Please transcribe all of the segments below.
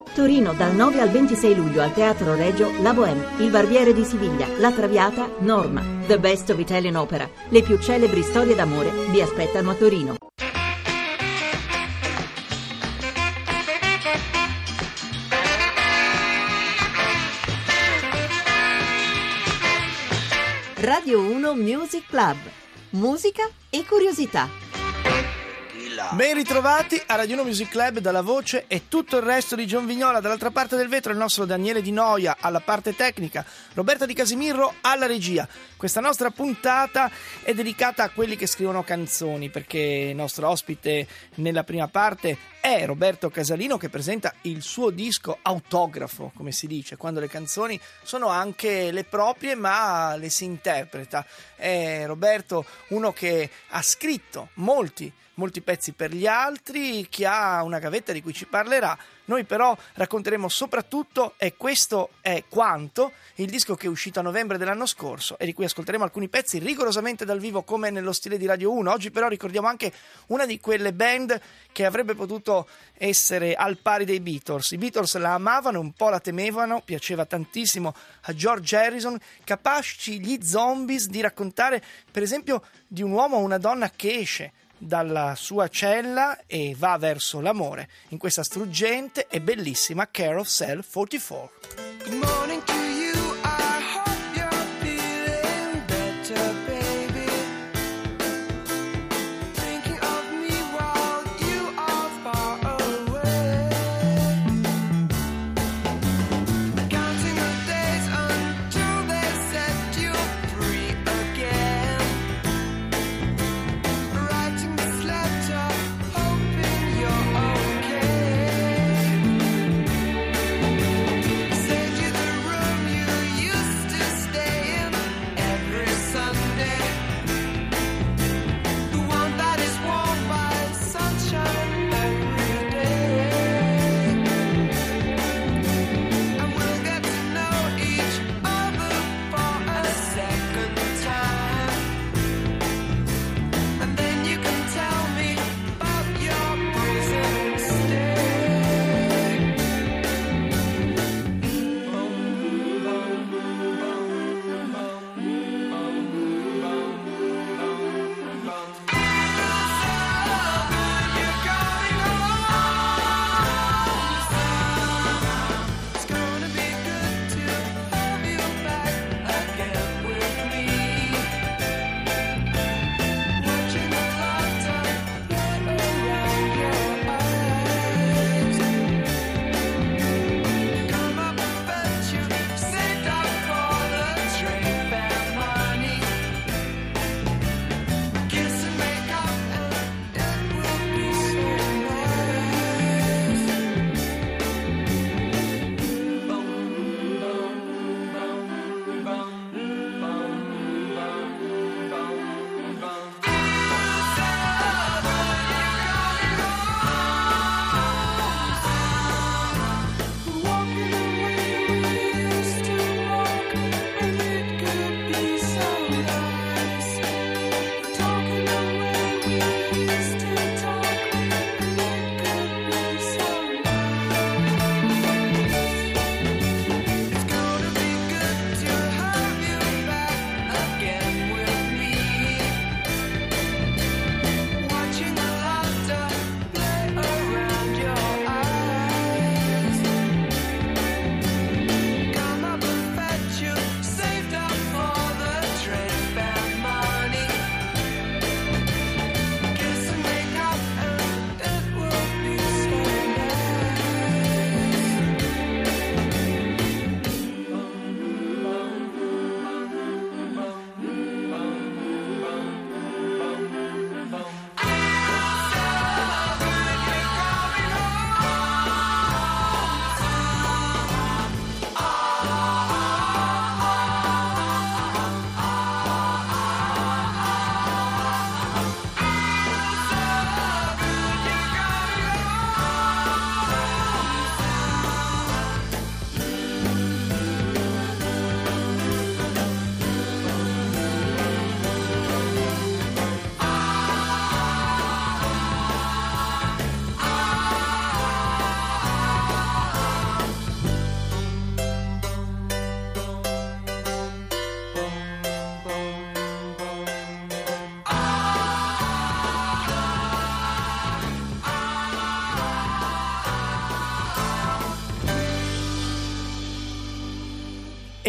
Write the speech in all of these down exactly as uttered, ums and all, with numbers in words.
Torino dal nove al ventisei luglio al Teatro Regio La Bohème, Il Barbiere di Siviglia, La Traviata, Norma. The Best of Italian Opera. Le più celebri storie d'amore vi aspettano a Torino. Radio uno Music Club. Musica e curiosità. Ben ritrovati a Radio uno Music Club, dalla voce e tutto il resto di John Vignola. Dall'altra parte del vetro il nostro Daniele Di Noia alla parte tecnica, Roberta Di Casimirro alla regia. Questa nostra puntata è dedicata a quelli che scrivono canzoni, perché il nostro ospite nella prima parte è Roberto Casalino, che presenta il suo disco autografo, come si dice, quando le canzoni sono anche le proprie ma le si interpreta. È Roberto uno che ha scritto molti molti pezzi per gli altri, che ha una gavetta di cui ci parlerà. Noi però racconteremo soprattutto, e questo è quanto, il disco che è uscito a novembre dell'anno scorso e di cui ascolteremo alcuni pezzi rigorosamente dal vivo come nello stile di Radio uno. Oggi però ricordiamo anche una di quelle band che avrebbe potuto essere al pari dei Beatles. I Beatles la amavano, un po' la temevano, piaceva tantissimo a George Harrison, capaci gli Zombies di raccontare per esempio di un uomo o una donna che esce dalla sua cella e va verso l'amore in questa struggente e bellissima Care of Cell quarantaquattro. Good morning to you, I hope you're feeling better, baby. Thinking of me while you are far away. Counting the days until they set you free again. Hoping you're okay. Say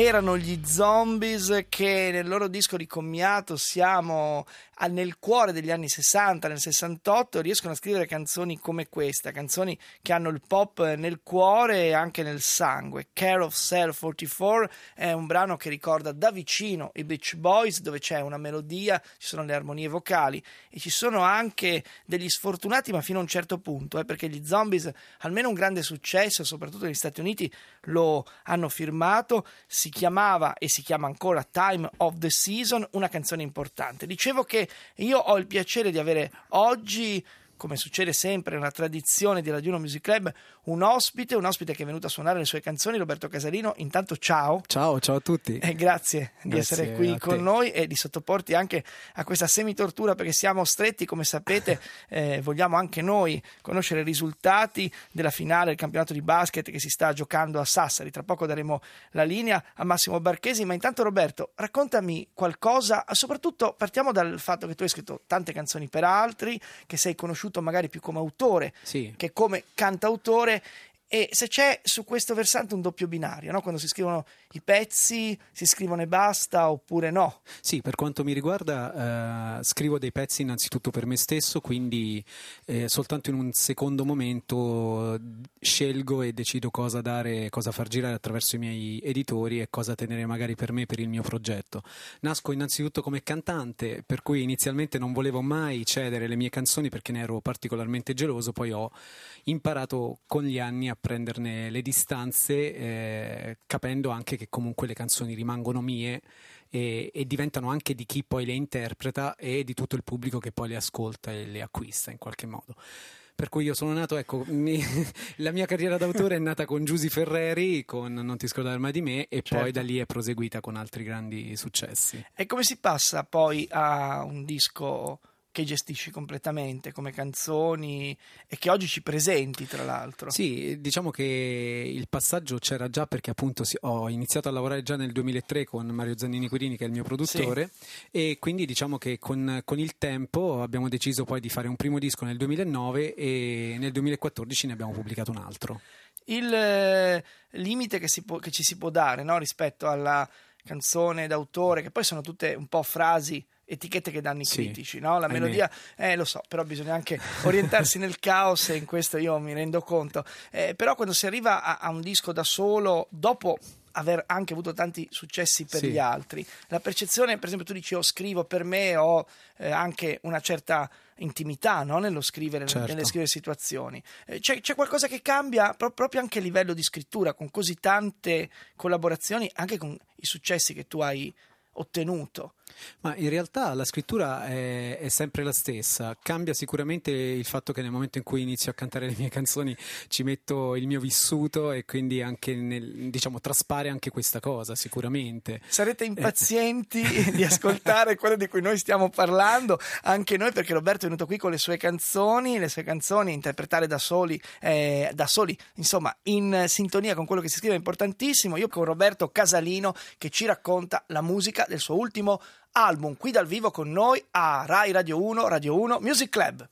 Erano gli Zombies, che nel loro disco di commiato Siamo nel cuore degli anni sessanta, nel sessantotto, riescono a scrivere canzoni come questa, canzoni che hanno il pop nel cuore e anche nel sangue. Care of Cell quarantaquattro è un brano che ricorda da vicino i Beach Boys, dove c'è una melodia, ci sono le armonie vocali e ci sono anche degli sfortunati, ma fino a un certo punto, eh, perché gli Zombies, almeno un grande successo, soprattutto negli Stati Uniti, lo hanno firmato. Si chiamava e si chiama ancora Time of the Season, una canzone importante. Dicevo che io ho il piacere di avere oggi, come succede sempre nella tradizione di Radio uno Music Club, un ospite, un ospite che è venuto a suonare le sue canzoni, Roberto Casalino. Intanto ciao. Ciao, ciao a tutti. E grazie, grazie di essere qui con noi e di sottoporti anche a questa semitortura, perché siamo stretti, come sapete. eh, vogliamo anche noi conoscere i risultati della finale del campionato di basket che si sta giocando a Sassari. Tra poco daremo la linea a Massimo Barchesi, ma intanto Roberto, raccontami qualcosa, soprattutto partiamo dal fatto che tu hai scritto tante canzoni per altri, che sei conosciuto magari più come autore sì. che come cantautore, e se c'è su questo versante un doppio binario, no? Quando si scrivono i pezzi, si scrivono e basta oppure no? Sì, per quanto mi riguarda eh, scrivo dei pezzi innanzitutto per me stesso, quindi eh, soltanto in un secondo momento scelgo e decido cosa dare, cosa far girare attraverso i miei editori e cosa tenere magari per me, per il mio progetto. Nasco innanzitutto come cantante, per cui inizialmente non volevo mai cedere le mie canzoni perché ne ero particolarmente geloso, poi ho imparato con gli anni a prenderne le distanze, eh, capendo anche che comunque le canzoni rimangono mie e, e diventano anche di chi poi le interpreta e di tutto il pubblico che poi le ascolta e le acquista in qualche modo. Per cui io sono nato, ecco, mi, la mia carriera d'autore è nata con Giusy Ferreri, con Non ti scordare mai di me, e certo. Poi da lì è proseguita con altri grandi successi. E come si passa poi a un disco che gestisci completamente come canzoni e che oggi ci presenti, tra l'altro? Sì, diciamo che il passaggio c'era già, perché appunto ho iniziato a lavorare già nel duemilatré con Mario Zannini Quirini, che è il mio produttore, sì. E quindi diciamo che con, con il tempo abbiamo deciso poi di fare un primo disco nel duemilanove e nel duemilaquattordici ne abbiamo pubblicato un altro. Il eh, limite che, si può, che ci si può dare, no? Rispetto alla canzone d'autore, che poi sono tutte un po' frasi, etichette che danno i sì, critici, no? La melodia, eh, lo so, però bisogna anche orientarsi nel caos, e in questo io mi rendo conto. Eh, però quando si arriva a, a un disco da solo, dopo aver anche avuto tanti successi per sì. gli altri, la percezione, per esempio tu dici io scrivo per me, ho eh, anche una certa intimità, no? Nello scrivere, certo. nelle scrivere situazioni. Eh, c'è, c'è qualcosa che cambia pro- proprio anche a livello di scrittura, con così tante collaborazioni, anche con i successi che tu hai ottenuto? Ma in realtà la scrittura è, è sempre la stessa. Cambia sicuramente il fatto che nel momento in cui inizio a cantare le mie canzoni ci metto il mio vissuto, e quindi anche nel, diciamo, traspare anche questa cosa sicuramente. Sarete impazienti di ascoltare quello di cui noi stiamo parlando, anche noi, perché Roberto è venuto qui con le sue canzoni, le sue canzoni interpretare da soli, eh, da soli, insomma, in sintonia con quello che si scrive è importantissimo. Io con Roberto Casalino, che ci racconta la musica del suo ultimo album, qui dal vivo con noi a Rai Radio uno, Radio uno Music Club.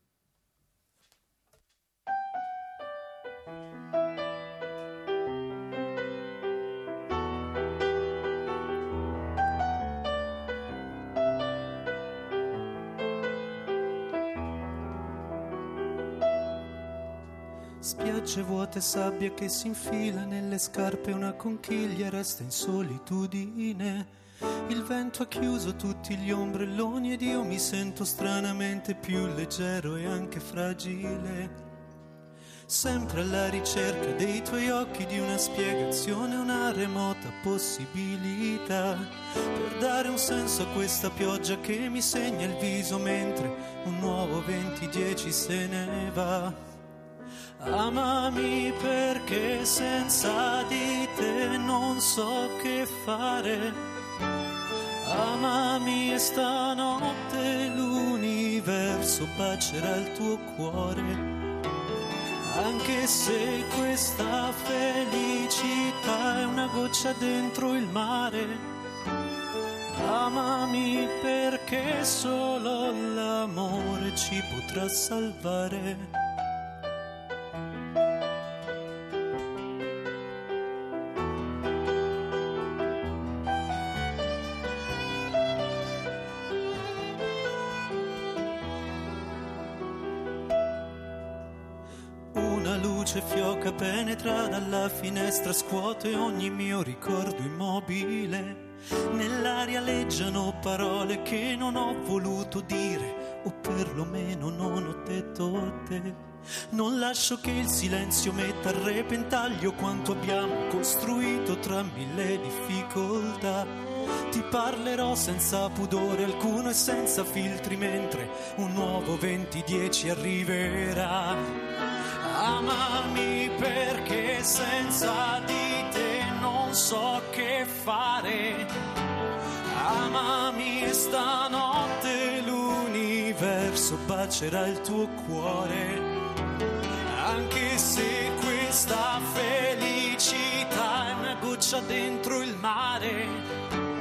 Spiagge vuote, sabbia che si infila nelle scarpe, una conchiglia resta in solitudine. Il vento ha chiuso tutti gli ombrelloni ed io mi sento stranamente più leggero e anche fragile. Sempre alla ricerca dei tuoi occhi, di una spiegazione, una remota possibilità, per dare un senso a questa pioggia che mi segna il viso mentre un nuovo venti dieci se ne va. Amami perché senza di te non so che fare. Amami e stanotte l'universo bacerà il tuo cuore, anche se questa felicità è una goccia dentro il mare. Amami perché solo l'amore ci potrà salvare. luce fioca penetra dalla finestra, scuote ogni mio ricordo immobile. Nell'aria leggiano parole che non ho voluto dire, o perlomeno non ho detto a te. Non lascio che il silenzio metta a repentaglio quanto abbiamo costruito tra mille difficoltà. Ti parlerò senza pudore alcuno e senza filtri mentre un nuovo venti dieci arriverà. Amami perché senza di te non so che fare. Amami e stanotte l'universo bacerà il tuo cuore. Anche se questa felicità è una goccia dentro il mare.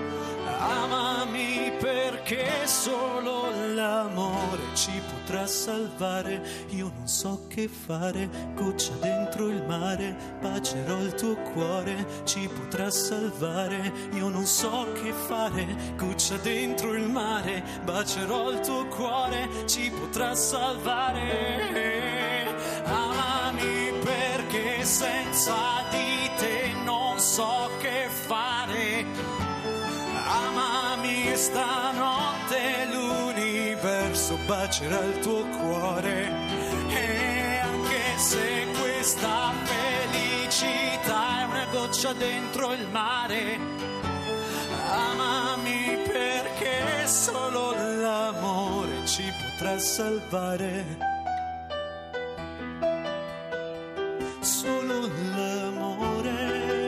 Amami perché solo l'amore ci potrà salvare. Io non so che fare, goccia dentro il mare, bacerò il tuo cuore, ci potrà salvare. Io non so che fare, goccia dentro il mare, bacerò il tuo cuore, ci potrà salvare. Amami perché senza di te non so che fare. Amami e stanotte l'universo bacerà il tuo cuore. E anche se questa felicità è una goccia dentro il mare, amami perché solo l'amore ci potrà salvare. Solo l'amore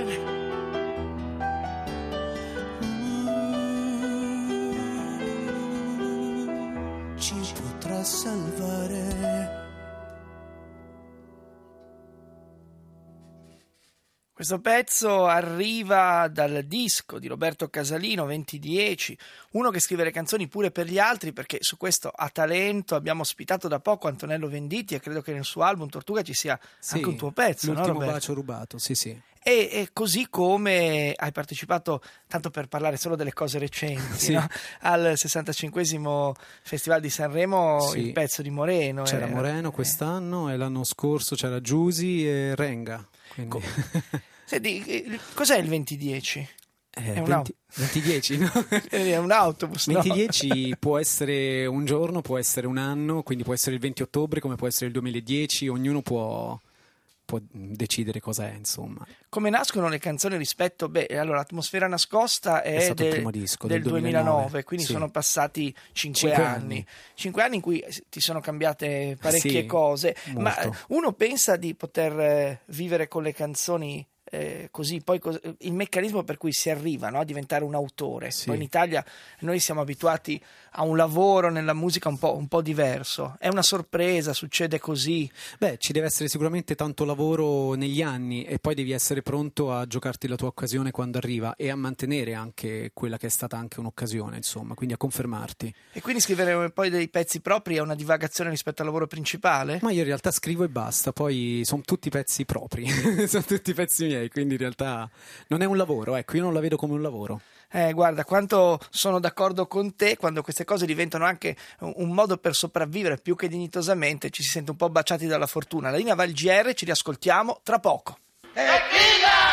ci potrà salvare. Questo pezzo arriva dal disco di Roberto Casalino, venti dieci, uno che scrive le canzoni pure per gli altri, perché su questo ha talento. Abbiamo ospitato da poco Antonello Venditti e credo che nel suo album Tortuga ci sia sì, anche un tuo pezzo, l'ultimo no, Roberto? bacio rubato, sì sì. E, e così come hai partecipato, tanto per parlare solo delle cose recenti, sì. no? Al sessantacinquesimo Festival di Sanremo, sì. Il pezzo di Moreno. C'era era, Moreno quest'anno, eh. e l'anno scorso c'era Giusy e Renga. Quindi... Senti, cos'è il venti dieci? Eh, è un venti, venti dieci, no? È un autobus, venti no? dieci può essere un giorno, può essere un anno, quindi può essere il venti ottobre come può essere il duemiladieci, ognuno può, può decidere cosa è, insomma. Come nascono le canzoni rispetto, beh, allora Atmosfera nascosta è, è stato del, il primo disco del del duemilanove, duemilanove, quindi sì. sono passati cinque, cinque anni. anni. Cinque anni in cui ti sono cambiate parecchie sì, cose, molto. Ma uno pensa di poter vivere con le canzoni Eh, così, poi cos- il meccanismo per cui si arriva, no, a diventare un autore. Sì. Poi in Italia noi siamo abituati a un lavoro nella musica un po', un po' diverso. È una sorpresa, succede così. Beh, ci deve essere sicuramente tanto lavoro negli anni e poi devi essere pronto a giocarti la tua occasione quando arriva e a mantenere anche quella che è stata anche un'occasione, insomma, quindi a confermarti. E quindi scrivere poi dei pezzi propri è una divagazione rispetto al lavoro principale? Ma io in realtà scrivo e basta, poi sono tutti pezzi propri, sono tutti pezzi miei, quindi in realtà non è un lavoro, ecco, io non la vedo come un lavoro. Eh, guarda, quanto sono d'accordo con te, quando queste cose diventano anche un modo per sopravvivere più che dignitosamente, ci si sente un po' baciati dalla fortuna. La linea va al G R, ci riascoltiamo tra poco. Evviva!